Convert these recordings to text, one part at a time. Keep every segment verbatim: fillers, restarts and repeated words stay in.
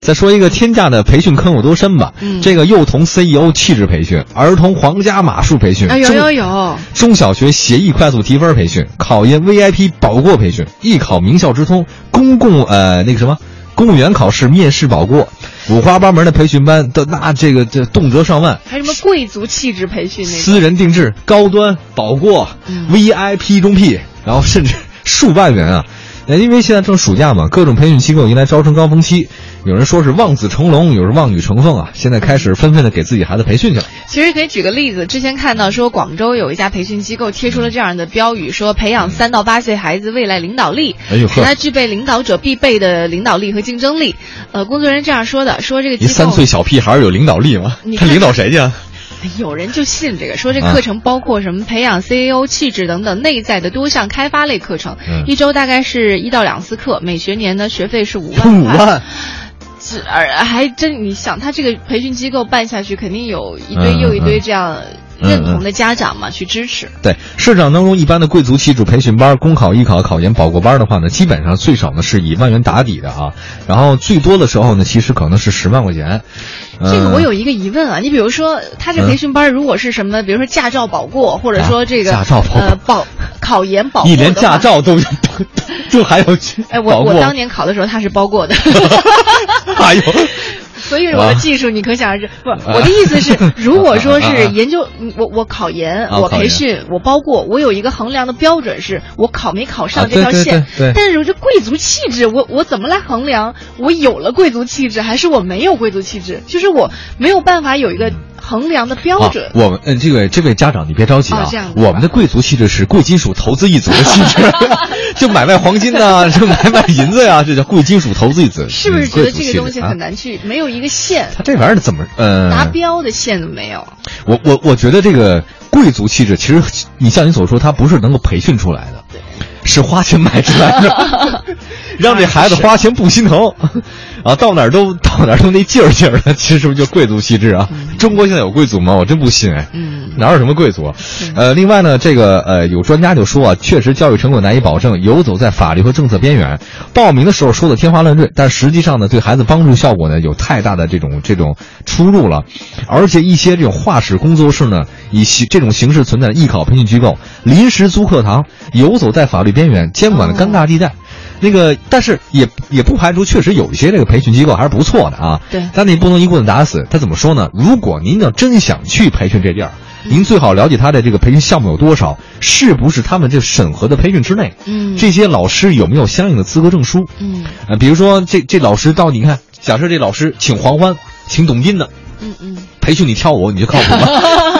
再说一个天价的培训坑有多深吧。嗯，这个幼童 C E O 气质培训，儿童皇家马术培训， 啊有有有， 中小学协议快速提分培训，考研 V I P 保过培训，艺考名校直通，公共呃那个什么公务员考试面试保过，五花八门的培训班的那这个这动辄上万。 还有什么贵族气质培训那种， 私人定制高端保过、嗯、V I P 中 P， 然后甚至数万元啊。因为现在正暑假嘛，各种培训机构迎来招生高峰期，有人说是望子成龙，有人望女成凤啊，现在开始纷纷的给自己孩子培训去了。 其实可以举个例子，之前看到说广州有一家培训机构贴出了这样的标语，说培养三到八岁孩子未来领导力， 哎呦， 使他具备领导者必备的领导力和竞争力。呃，工作人员这样说的，说这个机构， 你三岁小屁孩有领导力吗？他领导谁去啊？ 有人就信这个，说这课程包括什么培养 C E O 气质等等内在的多项开发类课程，嗯、一周大概是一到两次课，每学年的学费是五万块。五万，这还真你想，他这个培训机构办下去，肯定有一堆又一堆这样认同的家长嘛、嗯嗯、去支持。 对，市场当中一般的贵族气质培训班，公考、艺考、考研、保过班的话呢，基本上最少呢是以万元打底的啊，然后最多的时候呢，其实可能是十万块钱。 这个我有一个疑问啊，你比如说他这培训班如果是什么，比如说驾照保过，或者说这个、 啊、驾照保呃保考研保过， 你连驾照都就还有哎，我我当年考的时候他是包过的。 哎呦。 所以我的技术你可想而知，不，我的意思是，如果说是研究，我我考研，我培训，我包过，我有一个衡量的标准，是我考没考上这条线。但是这贵族气质，我我怎么来衡量？我有了贵族气质，还是我没有贵族气质？就是我没有办法有一个衡量的标准。 啊、我们嗯，这个这位家长你别着急啊， 啊我们的贵族气质是贵金属投资一族的气质，就买卖黄金呐、啊，就买卖银子呀、啊，这叫贵金属投资一族。 是不是觉得这个东西很难去？啊、没有一个线， 他这玩意儿怎么呃达标的线都没有？ 我我我觉得这个贵族气质，其实你像你所说，它不是能够培训出来的，是花钱买出来的，让这孩子花钱不心疼啊，到哪儿都到哪儿都那劲儿劲儿的，其实是不是就贵族气质啊？嗯、中国现在有贵族吗？我真不信哎，嗯，哪有什么贵族？呃，另外呢，这个呃，有专家就说啊，确实教育成果难以保证，游走在法律和政策边缘。报名的时候说的天花乱坠，但实际上呢，对孩子帮助效果呢有太大的这种这种出入了。而且一些这种画室工作室呢，以这种形式存在的艺考培训机构，临时租课堂，游走在法律边缘，监管的尴尬地带。哦那个，但是也也不排除，确实有一些这个培训机构还是不错的啊。 对， 但你不能一棍子打死。他怎么说呢？如果您要真想去培训这地儿，嗯、您最好了解他的这个培训项目有多少，是不是他们这审核的培训之内？嗯，这些老师有没有相应的资格证书？嗯，呃，比如说这这老师到你看，假设这老师请黄欢，请董斌的，嗯嗯，培训你跳舞，你就靠谱吗？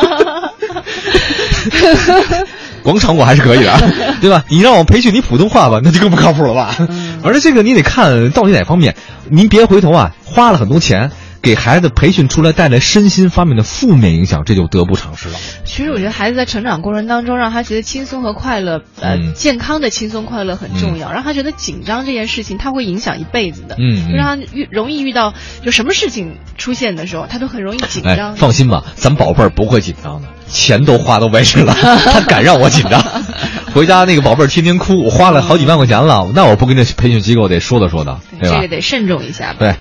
广场舞还是可以的，对吧？你让我培训你普通话吧，那就更不靠谱了吧。嗯、而且这个你得看到底哪方面，您别回头啊，花了很多钱给孩子培训出来带来身心方面的负面影响，这就得不偿失了。 其实我觉得孩子在成长过程当中，让他觉得轻松和快乐，呃，嗯、健康的轻松快乐很重要。嗯、让他觉得紧张这件事情，他会影响一辈子的。嗯，就让他遇容易遇到就什么事情出现的时候，他都很容易紧张。 哎、放心吧，咱宝贝儿不会紧张的。钱都花到位置了，他敢让我紧张？回家那个宝贝儿天天哭，我花了好几万块钱了，那我不跟这培训机构得说道说道，对吧？ 这个得慎重一下吧。 对。